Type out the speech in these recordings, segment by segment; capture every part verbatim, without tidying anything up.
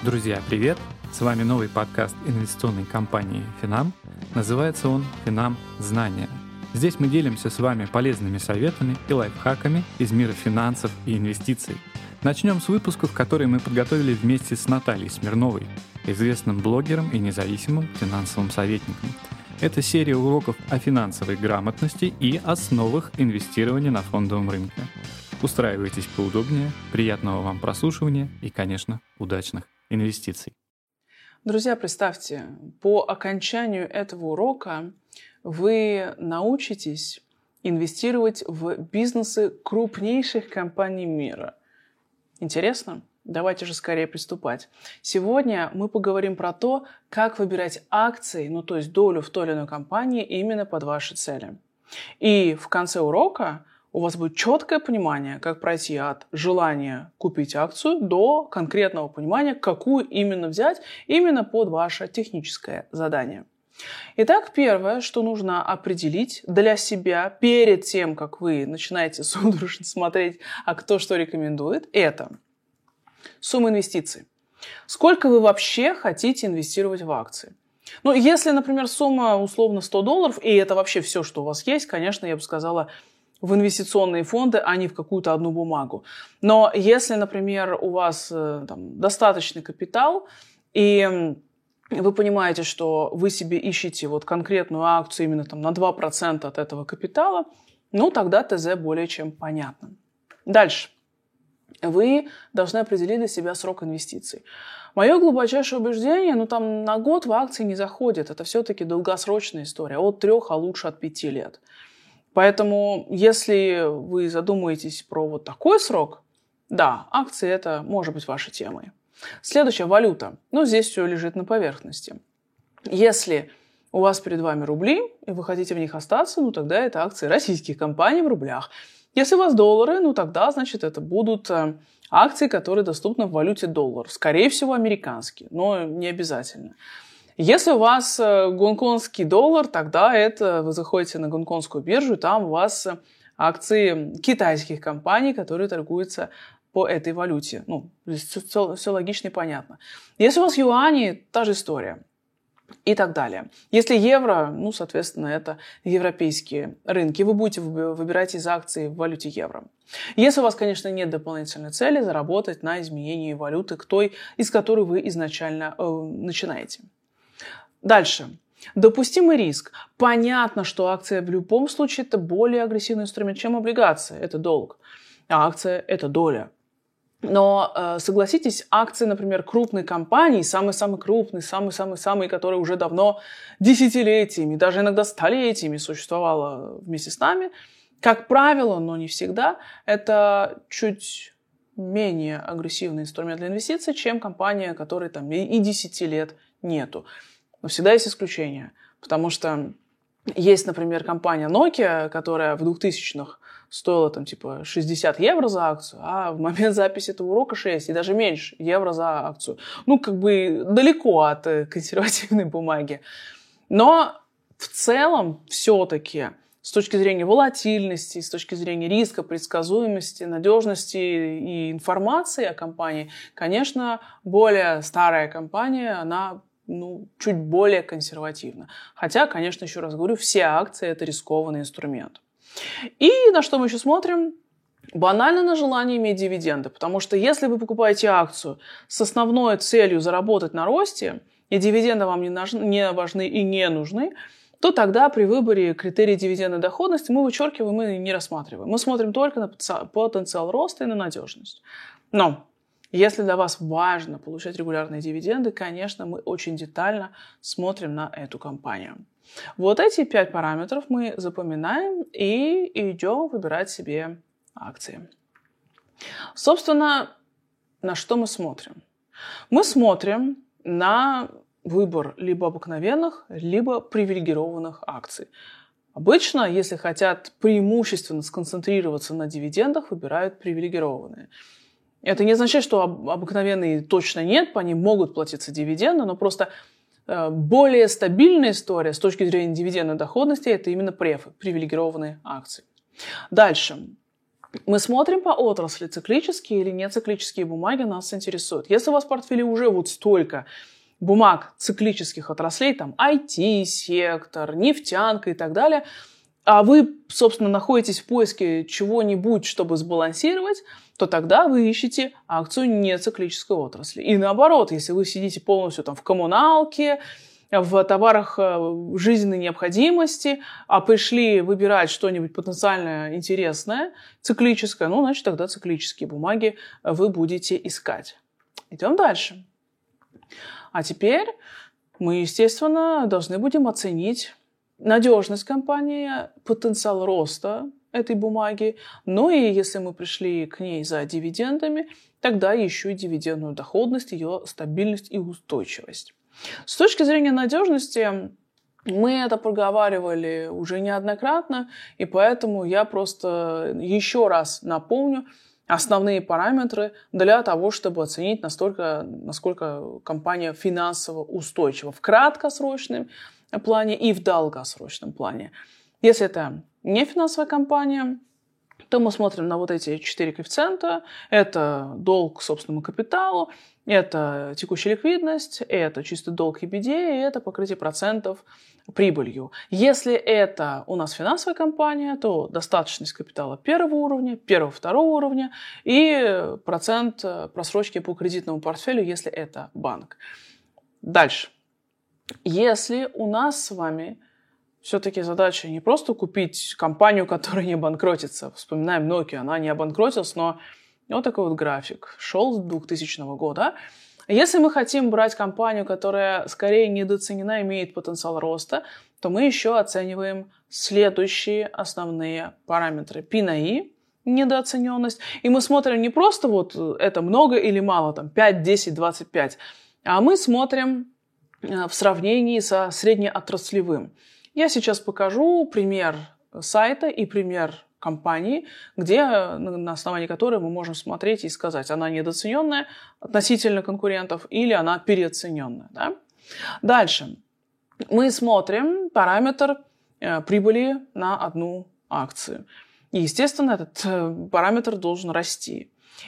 Друзья, привет! С вами новый подкаст инвестиционной компании Финам. Называется он «Финам. Знания». Здесь мы делимся с вами полезными советами и лайфхаками из мира финансов и инвестиций. Начнем с выпусков, которые мы подготовили вместе с Натальей Смирновой, известным блогером и независимым финансовым советником. Это серия уроков о финансовой грамотности и основах инвестирования на фондовом рынке. Устраивайтесь поудобнее, приятного вам прослушивания и, конечно, удачных инвестиций. Друзья, представьте, по окончанию этого урока вы научитесь инвестировать в бизнесы крупнейших компаний мира. Интересно? Давайте же скорее приступать. Сегодня мы поговорим про то, как выбирать акции, ну то есть долю в той или иной компании именно под ваши цели. И в конце урока у вас будет четкое понимание, как пройти от желания купить акцию до конкретного понимания, какую именно взять именно под ваше техническое задание. Итак, первое, что нужно определить для себя перед тем, как вы начинаете судорожно смотреть, а кто что рекомендует, это сумма инвестиций. Сколько вы вообще хотите инвестировать в акции? Ну, если, например, сумма условно сто долларов, и это вообще все, что у вас есть, конечно, я бы сказала, в инвестиционные фонды, а не в какую-то одну бумагу. Но если, например, у вас там, достаточный капитал, и вы понимаете, что вы себе ищете вот конкретную акцию именно там, на два процента от этого капитала, ну, тогда ТЗ более чем понятно. Дальше. Вы должны определить для себя срок инвестиций. Мое глубочайшее убеждение, ну там на год в акции не заходит. Это все-таки долгосрочная история. От трех, а лучше от пяти лет. Поэтому, если вы задумаетесь про вот такой срок, да, акции это может быть вашей темой. Следующая валюта. Ну, здесь все лежит на поверхности. Если у вас перед вами рубли, и вы хотите в них остаться, ну, тогда это акции российских компаний в рублях. Если у вас доллары, ну, тогда, значит, это будут акции, которые доступны в валюте доллар. Скорее всего, американские, но не обязательно. Если у вас гонконгский доллар, тогда это вы заходите на гонконгскую биржу, там у вас акции китайских компаний, которые торгуются по этой валюте. Ну, все, все логично и понятно. Если у вас юани, та же история. И так далее. Если евро, ну, соответственно, это европейские рынки. Вы будете выбирать из акций в валюте евро. Если у вас, конечно, нет дополнительной цели заработать на изменении валюты к той, из которой вы изначально э, начинаете. Дальше. Допустимый риск. Понятно, что акция в любом случае это более агрессивный инструмент, чем облигация. Это долг. А акция – это доля. Но э, согласитесь, акции, например, крупной компании, самые-самые крупные, самые-самые-самые, которые уже давно десятилетиями, даже иногда столетиями существовала вместе с нами, как правило, но не всегда, это чуть менее агрессивный инструмент для инвестиций, чем компания, которой там и десяти лет нету. Но всегда есть исключения, потому что есть, например, компания Nokia, которая в двухтысячных стоила там типа шестьдесят евро за акцию, а в момент записи этого урока шесть и даже меньше евро за акцию. Ну, как бы далеко от консервативной бумаги. Но в целом все-таки с точки зрения волатильности, с точки зрения риска, предсказуемости, надежности и информации о компании, конечно, более старая компания, она ну, чуть более консервативна. Хотя, конечно, еще раз говорю, все акции – это рискованный инструмент. И на что мы еще смотрим? Банально на желание иметь дивиденды. Потому что если вы покупаете акцию с основной целью заработать на росте, и дивиденды вам не, нужны, не важны и не нужны, то тогда при выборе критерий дивидендной доходности мы вычеркиваем и не рассматриваем. Мы смотрим только на потенциал роста и на надежность. Но если для вас важно получать регулярные дивиденды, конечно, мы очень детально смотрим на эту компанию. Вот эти пять параметров мы запоминаем и идем выбирать себе акции. Собственно, на что мы смотрим? Мы смотрим на выбор либо обыкновенных, либо привилегированных акций. Обычно, если хотят преимущественно сконцентрироваться на дивидендах, выбирают привилегированные. Это не означает, что обыкновенные точно нет, по ним могут платиться дивиденды, но просто более стабильная история с точки зрения дивидендной доходности – это именно префы, привилегированные акции. Дальше. мы смотрим по отрасли, циклические или не циклические бумаги нас интересуют. Если у вас в портфеле уже вот столько бумаг циклических отраслей, там ай ти-сектор, нефтянка и так далее, а вы, собственно, находитесь в поиске чего-нибудь, чтобы сбалансировать, то тогда вы ищете акцию нециклической отрасли. И наоборот, если вы сидите полностью там в коммуналке, в товарах жизненной необходимости, а пришли выбирать что-нибудь потенциально интересное, циклическое, ну, значит, тогда циклические бумаги вы будете искать. Идем дальше. А теперь мы, естественно, должны будем оценить надежность компании, потенциал роста этой бумаги. Ну и если мы пришли к ней за дивидендами, тогда еще и дивидендную доходность, ее стабильность и устойчивость. С точки зрения надежности мы это проговаривали уже неоднократно, и поэтому я просто еще раз напомню основные параметры для того, чтобы оценить, настолько, насколько компания финансово устойчива в краткосрочном плане и в долгосрочном плане. Если это не финансовая компания, то мы смотрим на вот эти четыре коэффициента. Это долг к собственному капиталу, это текущая ликвидность, это чистый долг и би ди, и это покрытие процентов прибылью. Если это у нас финансовая компания, то достаточность капитала первого уровня, первого-второго уровня и процент просрочки по кредитному портфелю, если это банк. Дальше. Если у нас с вами все-таки задача не просто купить компанию, которая не банкротится. Вспоминаем Nokia, она не обанкротилась, но вот такой вот график шел с двухтысячного года. Если мы хотим брать компанию, которая скорее недооценена, имеет потенциал роста, то мы еще оцениваем следующие основные параметры. пи на и, недооцененность. И мы смотрим не просто вот это много или мало, там пять, десять, двадцать пять, а мы смотрим в сравнении со среднеотраслевым. Я сейчас покажу пример сайта и пример компании, где, на основании которой мы можем смотреть и сказать, она недооцененная относительно конкурентов или она переоцененная. Да? Дальше. Мы смотрим параметр прибыли на одну акцию. И, естественно, этот параметр должен расти.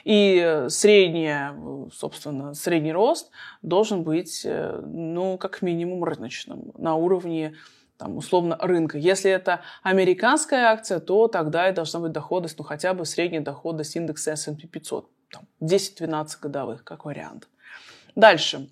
И средняя, собственно, средний рост должен быть, ну, как минимум рыночным, на уровне, там, условно, рынка. Если это американская акция, то тогда и должна быть доходность, ну, хотя бы средняя доходность индекса эс энд пи пятьсот, десять-двенадцать годовых, как вариант. Дальше.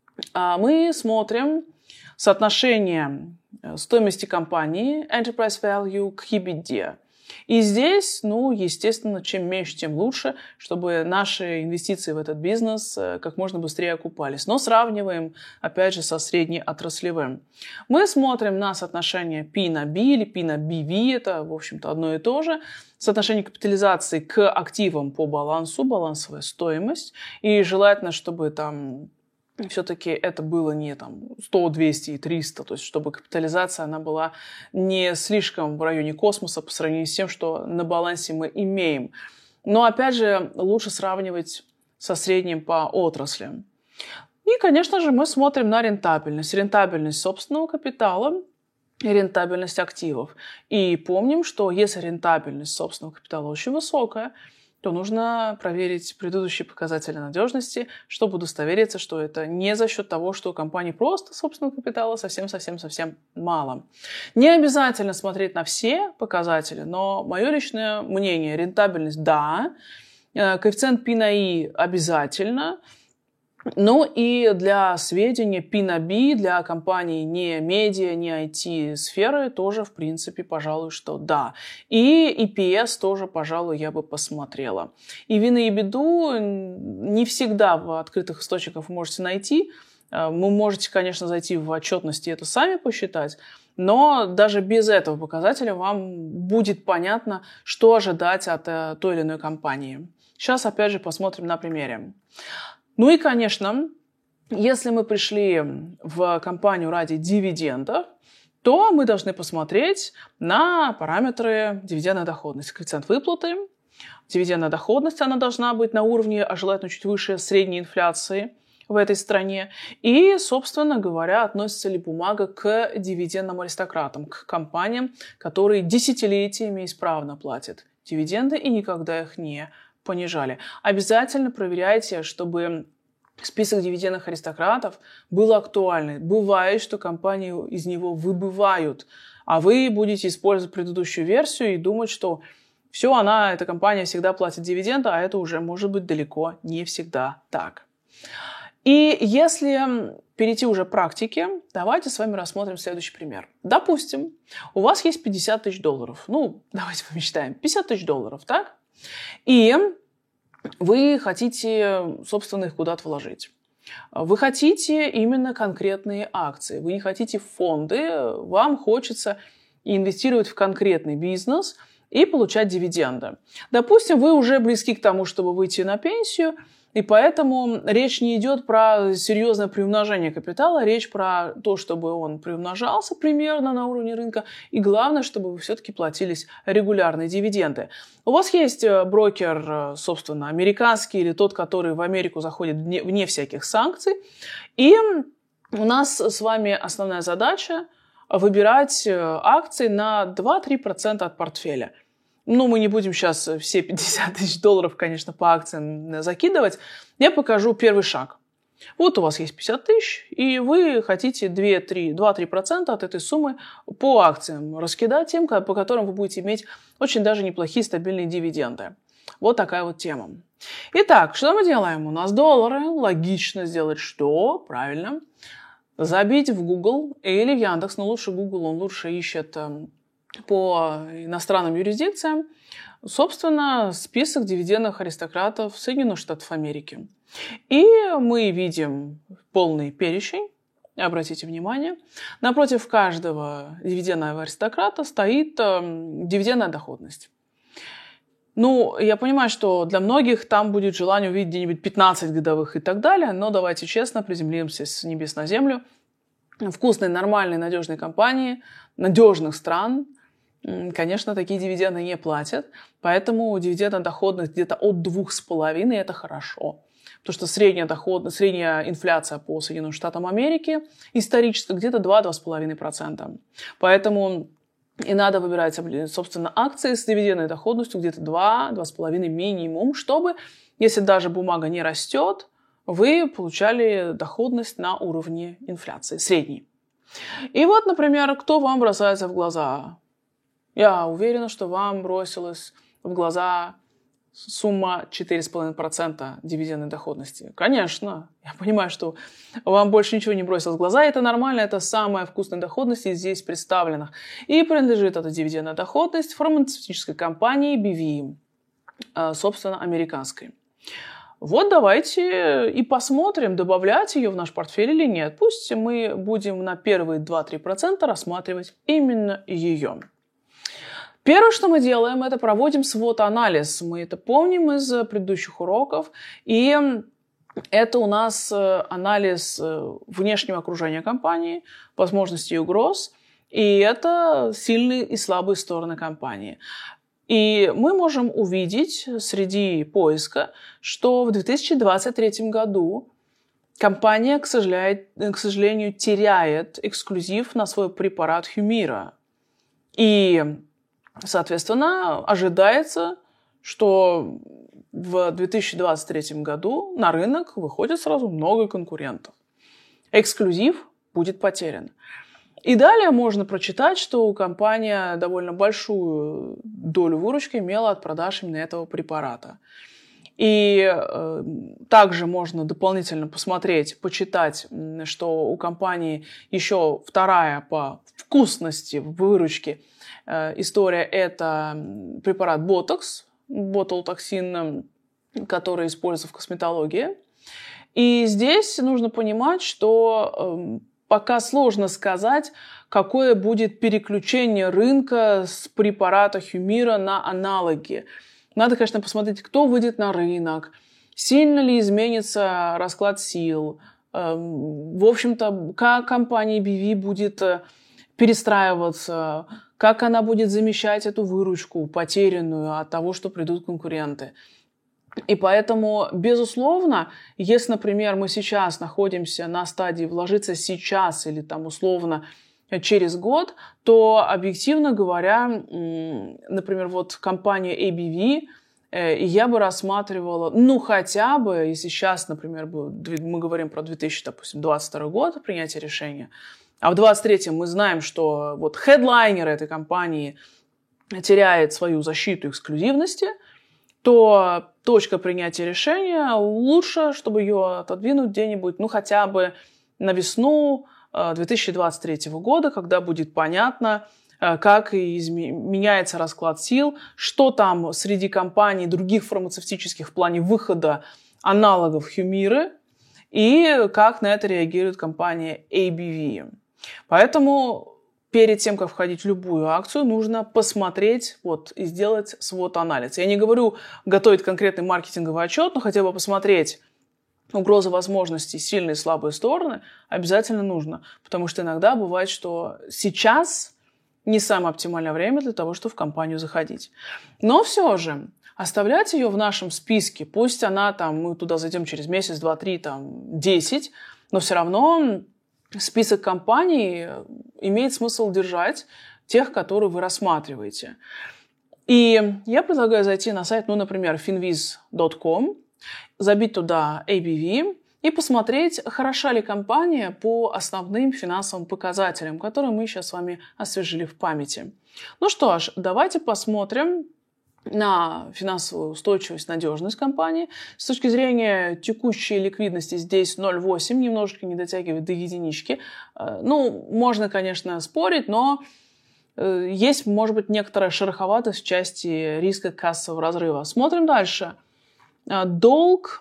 Мы смотрим соотношение стоимости компании, enterprise value, к и би ди. И здесь, ну, естественно, чем меньше, тем лучше, чтобы наши инвестиции в этот бизнес как можно быстрее окупались. Но сравниваем, опять же, со среднеотраслевым. Мы смотрим на соотношение пи на би или пи на би ви, это, в общем-то, одно и то же. Соотношение капитализации к активам по балансу, балансовая стоимость. И желательно, чтобы там все-таки это было не там сто, двести и триста, то есть чтобы капитализация она была не слишком в районе космоса по сравнению с тем, что на балансе мы имеем. Но опять же лучше сравнивать со средним по отрасли. И, конечно же, мы смотрим на рентабельность. Рентабельность собственного капитала и рентабельность активов. И помним, что если рентабельность собственного капитала очень высокая, то нужно проверить предыдущие показатели надежности, чтобы удостовериться, что это не за счет того, что у компании просто собственного капитала совсем-совсем-совсем мало. Не обязательно смотреть на все показатели, но мое личное мнение, рентабельность – да, коэффициент пи на и обязательно. Ну и для сведения, пи на би для компаний не медиа, не ай ти-сферы тоже, в принципе, пожалуй, что да. И и пи эс тоже, пожалуй, я бы посмотрела. И ви и EBITDA не всегда в открытых источниках вы можете найти. Вы можете, конечно, зайти в отчетности и это сами посчитать, но даже без этого показателя вам будет понятно, что ожидать от той или иной компании. Сейчас, опять же, посмотрим на примере. Ну и, конечно, если мы пришли в компанию ради дивидендов, то мы должны посмотреть на параметры дивидендной доходности. Коэффициент выплаты, дивидендная доходность, она должна быть на уровне, а желательно чуть выше средней инфляции в этой стране. И, собственно говоря, относится ли бумага к дивидендным аристократам, к компаниям, которые десятилетиями исправно платят дивиденды и никогда их не понижали. Обязательно проверяйте, чтобы список дивидендных аристократов был актуальный. Бывает, что компании из него выбывают, а вы будете использовать предыдущую версию и думать, что все, она, эта компания всегда платит дивиденды, а это уже может быть далеко не всегда так. И если перейти уже к практике, давайте с вами рассмотрим следующий пример. Допустим, у вас есть пятьдесят тысяч долларов. Ну, давайте помечтаем. пятьдесят тысяч долларов, так? И вы хотите, собственно, их куда-то вложить. Вы хотите именно конкретные акции. Вы не хотите фонды. Вам хочется инвестировать в конкретный бизнес и получать дивиденды. Допустим, вы уже близки к тому, чтобы выйти на пенсию, и поэтому речь не идет про серьезное приумножение капитала, речь про то, чтобы он приумножался примерно на уровне рынка, и главное, чтобы вы все-таки платились регулярные дивиденды. У вас есть брокер, собственно, американский или тот, который в Америку заходит вне, вне всяких санкций, и у нас с вами основная задача выбирать акции на два-три процента от портфеля. Ну, мы не будем сейчас все пятьдесят тысяч долларов, конечно, по акциям закидывать. Я покажу первый шаг. Вот у вас есть пятьдесят тысяч, и вы хотите два-три процента от этой суммы по акциям раскидать тем, по которым вы будете иметь очень даже неплохие стабильные дивиденды. Вот такая вот тема. Итак, что мы делаем? У нас доллары. Логично сделать что? Правильно. Забить в Google или в Яндекс, но лучше Google, он лучше ищет по иностранным юрисдикциям, собственно, список дивидендных аристократов Соединенных Штатов Америки. И мы видим полный перечень. Обратите внимание, напротив каждого дивидендного аристократа стоит э, дивидендная доходность. Ну, я понимаю, что для многих там будет желание увидеть где-нибудь пятнадцать годовых и так далее, но давайте честно приземлимся с небес на землю. Вкусные, нормальные, надежные компании, надежных стран, конечно, такие дивиденды не платят, поэтому дивидендная доходность где-то от двух с половиной это хорошо. Потому что средняя доходность, средняя инфляция по Соединенным Штатам Америки исторически где-то два-два с половиной процента. Поэтому и надо выбирать, собственно, акции с дивидендной доходностью где-то два-два с половиной минимум, чтобы, если даже бумага не растет, вы получали доходность на уровне инфляции, средней. И вот, например, кто вам бросается в глаза? Я уверена, что вам бросилась в глаза сумма четыре с половиной процента дивидендной доходности. Конечно, я понимаю, что вам больше ничего не бросилось в глаза, это нормально, это самая вкусная доходность из здесь представленных. И принадлежит эта дивидендная доходность фармацевтической компании би ви, собственно, американской. Вот давайте и посмотрим, добавлять ее в наш портфель или нет. Пусть мы будем на первые два-три процента рассматривать именно ее. Первое, что мы делаем, это проводим свод-анализ. Мы это помним из предыдущих уроков. И это у нас анализ внешнего окружения компании, возможностей и угроз. И это сильные и слабые стороны компании. И мы можем увидеть среди поиска, что в две тысячи двадцать третьем году компания, к сожалению, к сожалению, теряет эксклюзив на свой препарат Humira. И, соответственно, ожидается, что в две тысячи двадцать третьем году на рынок выходит сразу много конкурентов. Эксклюзив будет потерян. И далее можно прочитать, что компания довольно большую долю выручки имела от продаж именно этого препарата. И э, также можно дополнительно посмотреть, почитать, что у компании еще вторая по вкусности выручки э, история – это препарат Botox, ботулотоксин, который используется в косметологии. И здесь нужно понимать, что э, пока сложно сказать, какое будет переключение рынка с препарата Humira на аналоги. Надо, конечно, посмотреть, кто выйдет на рынок, сильно ли изменится расклад сил. В общем-то, как компания би ви будет перестраиваться, как она будет замещать эту выручку, потерянную от того, что придут конкуренты. И поэтому, безусловно, если, например, мы сейчас находимся на стадии вложиться сейчас или там условно через год, то, объективно говоря, например, вот компания эй би ви, я бы рассматривала, ну, хотя бы, если сейчас, например, мы говорим про две тысячи двадцать второй год, принятие решения, а в двадцать третьем мы знаем, что вот хедлайнер этой компании теряет свою защиту эксклюзивности, то точка принятия решения лучше, чтобы ее отодвинуть где-нибудь, ну, хотя бы на весну две тысячи двадцать третьего года, когда будет понятно, как изме- меняется расклад сил, что там среди компаний других фармацевтических в плане выхода аналогов Humira и как на это реагирует компания эй би ви. Поэтому перед тем, как входить в любую акцию, нужно посмотреть вот, и сделать свод-анализ. Я не говорю готовить конкретный маркетинговый отчет, но хотя бы посмотреть угрозы, возможности, сильные и слабые стороны обязательно нужно. Потому что иногда бывает, что сейчас не самое оптимальное время для того, чтобы в компанию заходить. Но все же оставлять ее в нашем списке, пусть она там, мы туда зайдем через месяц, два, три, там, десять, но все равно список компаний имеет смысл держать тех, которые вы рассматриваете. И я предлагаю зайти на сайт, ну, например, finviz точка ком, забить туда эй би ви и посмотреть, хороша ли компания по основным финансовым показателям, которые мы сейчас с вами освежили в памяти. Ну что ж, давайте посмотрим на финансовую устойчивость, надежность компании. С точки зрения текущей ликвидности здесь ноль целых восемь десятых, немножечко не дотягивает до единички. Ну, можно, конечно, спорить, но есть, может быть, некоторая шероховатость в части риска кассового разрыва. Смотрим дальше. Долг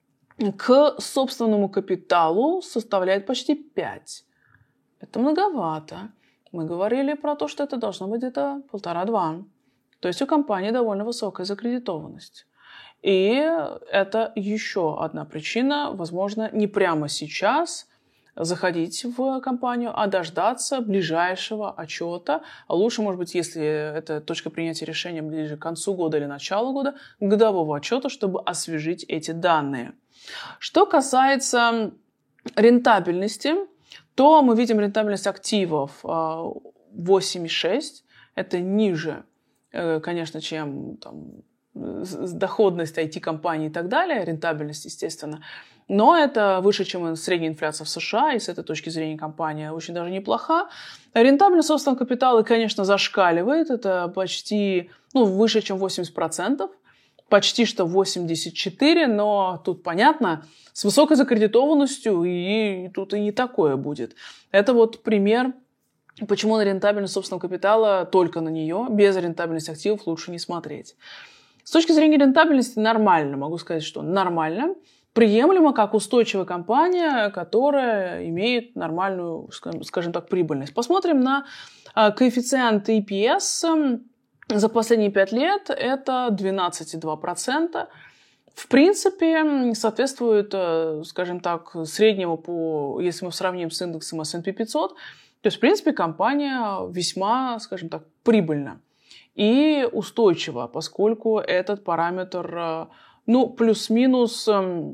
к собственному капиталу составляет почти пять. Это многовато. Мы говорили про то, что это должно быть где-то полтора-два. То есть у компании довольно высокая закредитованность. И это еще одна причина, возможно, не прямо сейчас заходить в компанию, а дождаться ближайшего отчета. А лучше, может быть, если это точка принятия решения ближе к концу года или началу года, годового отчета, чтобы освежить эти данные. Что касается рентабельности, то мы видим рентабельность активов восемь целых шесть десятых. Это ниже, конечно, чем там, доходность ай ти-компаний и так далее, рентабельность, естественно. Но это выше, чем средняя инфляция в США, и с этой точки зрения компания очень даже неплоха. Рентабельность собственного капитала, конечно, зашкаливает. Это почти, ну, выше, чем восемьдесят процентов. Почти что восемьдесят четыре процента, но тут понятно, с высокой закредитованностью и тут и не такое будет. Это вот пример, почему на рентабельность собственного капитала, только на нее, без рентабельности активов лучше не смотреть. С точки зрения рентабельности нормально, могу сказать, что нормально. Приемлемо как устойчивая компания, которая имеет нормальную, скажем так, прибыльность. Посмотрим на коэффициент и пи эс за последние пять лет. Это двенадцать целых два десятых процента. В принципе, соответствует, скажем так, среднему, по, если мы сравним с индексом эс энд пи пятьсот. То есть, в принципе, компания весьма, скажем так, прибыльна и устойчива, поскольку этот параметр, ну, плюс-минус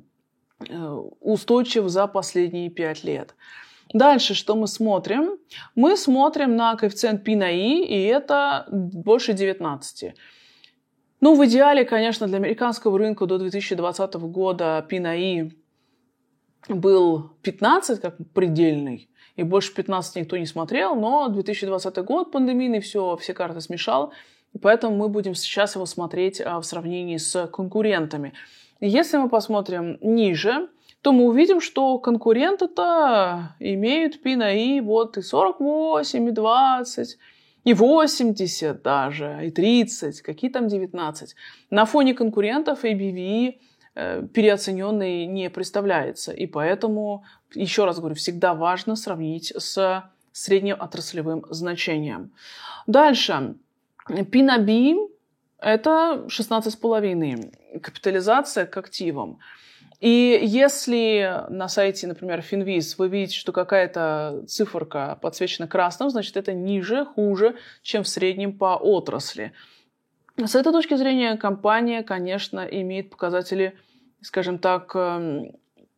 устойчив за последние пять лет. Дальше, что мы смотрим? Мы смотрим на коэффициент пи на и, и это больше девятнадцати. Ну, в идеале, конечно, для американского рынка до две тысячи двадцатого года пи на и был пятнадцать, как предельный, и больше пятнадцати никто не смотрел, но две тысячи двадцатый год пандемийный все, все карты смешал, и поэтому мы будем сейчас его смотреть в сравнении с конкурентами. Если мы посмотрим ниже, то мы увидим, что конкуренты-то имеют пи на и вот и сорок восемь, и двадцать, и восемьдесят даже, и тридцать, какие там девятнадцать. На фоне конкурентов эй би ви э, переоцененный не представляется. И поэтому, еще раз говорю, всегда важно сравнить с средним отраслевым значением. Дальше. пи на би это шестнадцать целых пять десятых. Капитализация к активам. И если на сайте, например, Finviz, вы видите, что какая-то циферка подсвечена красным, значит, это ниже, хуже, чем в среднем по отрасли. С этой точки зрения компания, конечно, имеет показатели, скажем так,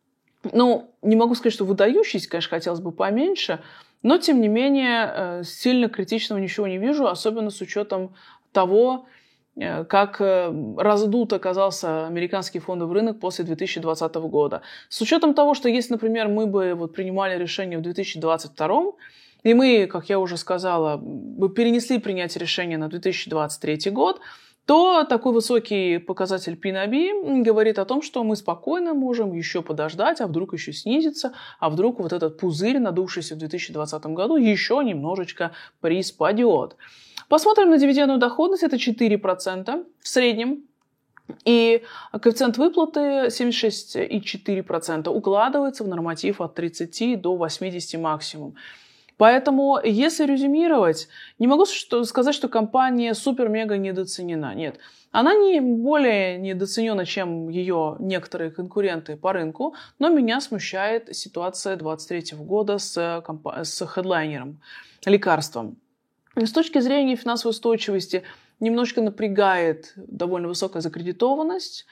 Ну, не могу сказать, что выдающийся, конечно, хотелось бы поменьше, но, тем не менее, сильно критичного ничего не вижу, особенно с учетом того, как раздут оказался американский фондовый рынок после две тысячи двадцатого года. С учетом того, что если, например, мы бы вот принимали решение в две тысячи двадцать втором, и мы, как я уже сказала, бы перенесли принятие решения на две тысячи двадцать третий год, то такой высокий показатель пи на би говорит о том, что мы спокойно можем еще подождать, а вдруг еще снизится, а вдруг вот этот пузырь, надувшийся в две тысячи двадцатом году, еще немножечко приспадет. Посмотрим на дивидендную доходность, это четыре процента в среднем. И коэффициент выплаты семьдесят шесть целых четыре десятых процента укладывается в норматив от тридцати до восьмидесяти максимум. Поэтому, если резюмировать, не могу сказать, что компания супер-мега недооценена. Нет, она не более недооценена, чем ее некоторые конкуренты по рынку, но меня смущает ситуация две тысячи двадцать третьего года с, комп... с хедлайнером, лекарством. С точки зрения финансовой устойчивости немножко напрягает довольно высокая закредитованность.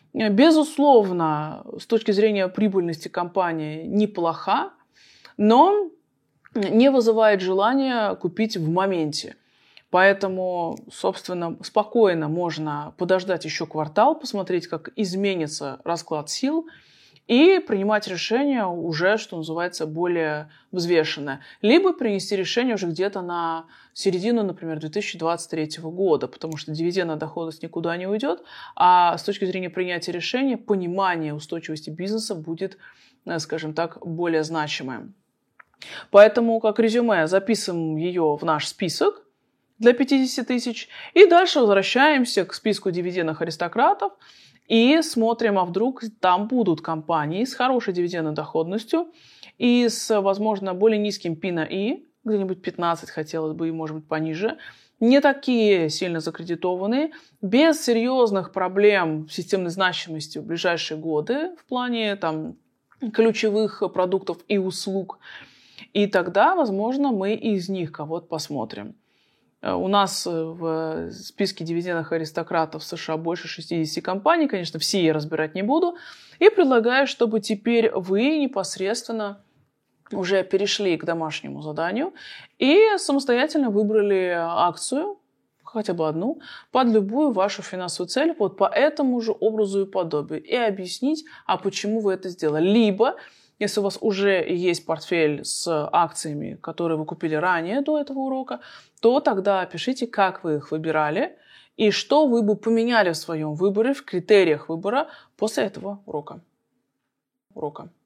Безусловно, с точки зрения прибыльности компания неплоха, но не вызывает желания купить в моменте. Поэтому, собственно, спокойно можно подождать еще квартал, посмотреть, как изменится расклад сил, и принимать решение уже, что называется, более взвешенное. Либо принести решение уже где-то на середину, например, две тысячи двадцать третьего года, потому что дивидендная доходность никуда не уйдет, а с точки зрения принятия решения, понимание устойчивости бизнеса будет, скажем так, более значимое. Поэтому, как резюме, записываем ее в наш список для пятидесяти тысяч. И дальше возвращаемся к списку дивидендных аристократов и смотрим, а вдруг там будут компании с хорошей дивидендной доходностью и с, возможно, более низким пи на и, где-нибудь пятнадцать хотелось бы и, может быть, пониже, не такие сильно закредитованные, без серьезных проблем с системной значимостью в ближайшие годы в плане там, ключевых продуктов и услуг. И тогда, возможно, мы из них кого-то посмотрим. У нас в списке дивидендных аристократов США больше шестидесяти компаний. Конечно, все я разбирать не буду. И предлагаю, чтобы теперь вы непосредственно уже перешли к домашнему заданию и самостоятельно выбрали акцию, хотя бы одну, под любую вашу финансовую цель, вот по этому же образу и подобию. И объяснить, а почему вы это сделали. Либо если у вас уже есть портфель с акциями, которые вы купили ранее до этого урока, то тогда пишите, как вы их выбирали и что вы бы поменяли в своем выборе, в критериях выбора после этого урока. урока.